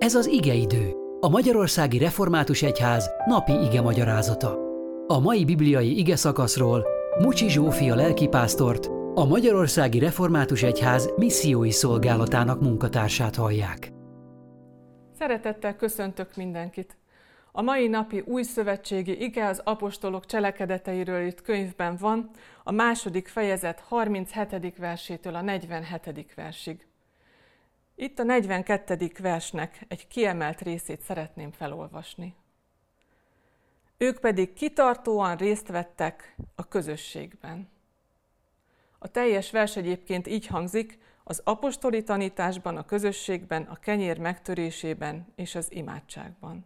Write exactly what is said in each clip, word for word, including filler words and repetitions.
Ez az igeidő, a Magyarországi Református Egyház napi igemagyarázata. A mai bibliai igeszakaszról Mucsi Zsófia lelkipásztort, a Magyarországi Református Egyház missziói szolgálatának munkatársát hallják. Szeretettel köszöntök mindenkit! A mai napi újszövetségi ige az apostolok cselekedeteiről írt könyvben van, a második fejezet harminchetedik versétől a negyvenhetedik versig. Itt a negyvenkettedik versnek egy kiemelt részét szeretném felolvasni. Ők pedig kitartóan részt vettek a közösségben. A teljes vers egyébként így hangzik: az apostoli tanításban, a közösségben, a kenyér megtörésében és az imádságban.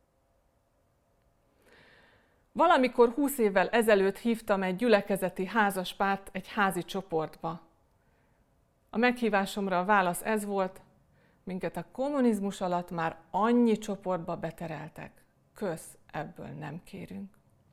Valamikor húsz évvel ezelőtt hívtam egy gyülekezeti házaspárt egy házi csoportba. A meghívásomra a válasz ez volt: minket a kommunizmus alatt már annyi csoportba betereltek, kösz, ebből nem kérünk.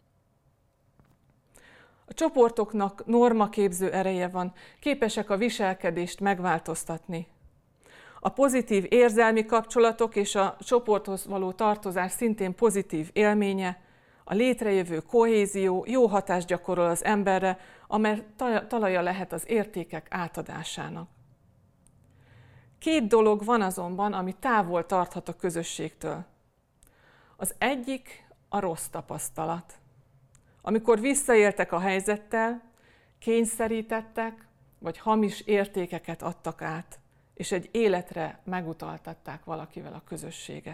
A csoportoknak normaképző ereje van, képesek a viselkedést megváltoztatni. A pozitív érzelmi kapcsolatok és a csoporthoz való tartozás szintén pozitív élménye, a létrejövő kohézió jó hatást gyakorol az emberre, amely talaja lehet az értékek átadásának. Két dolog van azonban, ami távol tarthat a közösségtől. Az egyik a rossz tapasztalat. Amikor visszaéltek a helyzettel, kényszerítettek, vagy hamis értékeket adtak át, és egy életre megutaltatták valakivel a közösséget.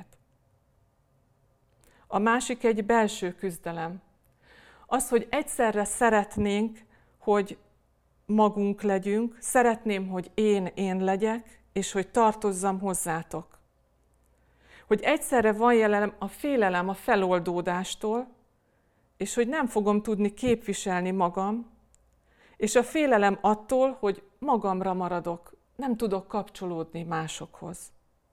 A másik egy belső küzdelem. Az, hogy egyszerre szeretnénk, hogy magunk legyünk, szeretném, hogy én én legyek, és hogy tartozzam hozzátok. Hogy egyszerre van jelen a félelem a feloldódástól, és hogy nem fogom tudni képviselni magam, és a félelem attól, hogy magamra maradok, nem tudok kapcsolódni másokhoz.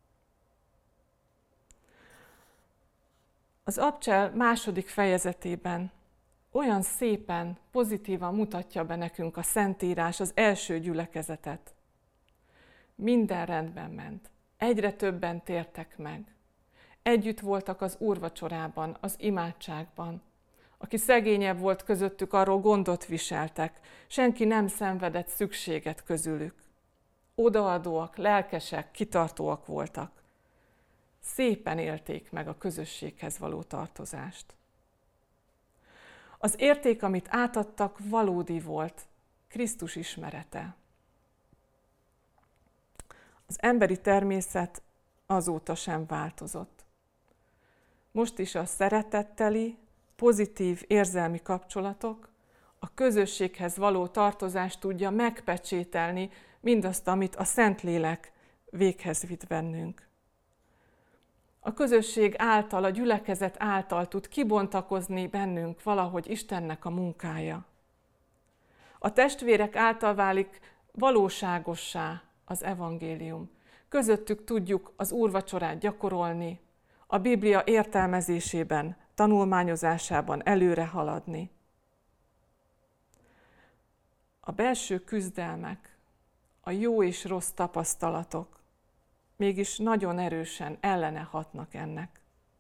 Az Abcsel második fejezetében olyan szépen, pozitívan mutatja be nekünk a Szentírás az első gyülekezetet. Minden rendben ment, egyre többen tértek meg. Együtt voltak az úrvacsorában, az imádságban. Aki szegényebb volt közöttük, arról gondot viseltek, senki nem szenvedett szükséget közülük. Odaadóak, lelkesek, kitartóak voltak. Szépen élték meg a közösséghez való tartozást. Az érték, amit átadtak, valódi volt, Krisztus ismerete. Az emberi természet azóta sem változott. Most is a szeretetteli, pozitív érzelmi kapcsolatok, a közösséghez való tartozást tudja megpecsételni mindazt, amit a Szentlélek véghez vitt bennünk. A közösség által, a gyülekezet által tud kibontakozni bennünk valahogy Istennek a munkája. A testvérek által válik valóságossá az evangélium. Közöttük tudjuk az úrvacsorát gyakorolni, a Biblia értelmezésében, tanulmányozásában előre haladni. A belső küzdelmek, a jó és rossz tapasztalatok mégis nagyon erősen ellene hatnak ennek.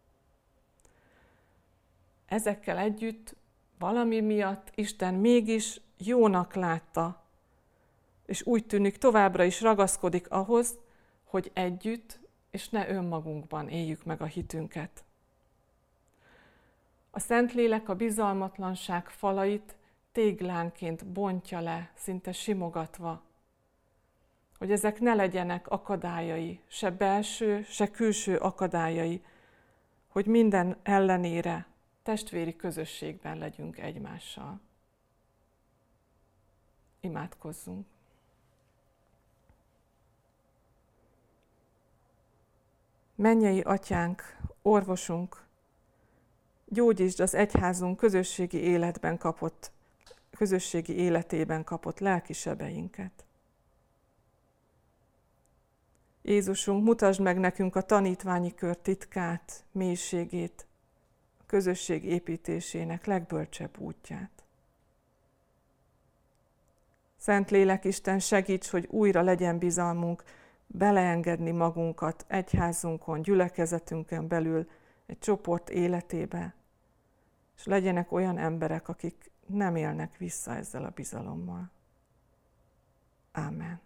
Ezekkel együtt valami miatt Isten mégis jónak látta, és úgy tűnik továbbra is ragaszkodik ahhoz, hogy együtt és ne önmagunkban éljük meg a hitünket. A Szentlélek a bizalmatlanság falait téglánként bontja le, szinte simogatva, hogy ezek ne legyenek akadályai, se belső, se külső akadályai, hogy minden ellenére testvéri közösségben legyünk egymással. Imádkozzunk! Mennyei Atyánk, Orvosunk, gyógyítsd az egyházunk közösségi életben kapott, közösségi életében kapott lelki sebeinket. Jézusunk, mutasd meg nekünk a tanítványi kör titkát, mélységét, a közösség építésének legbölcsebb útját. Szentlélek Isten, segíts, hogy újra legyen bizalmunk beleengedni magunkat egyházunkon, gyülekezetünkön belül egy csoport életébe, és legyenek olyan emberek, akik nem élnek vissza ezzel a bizalommal. Ámen.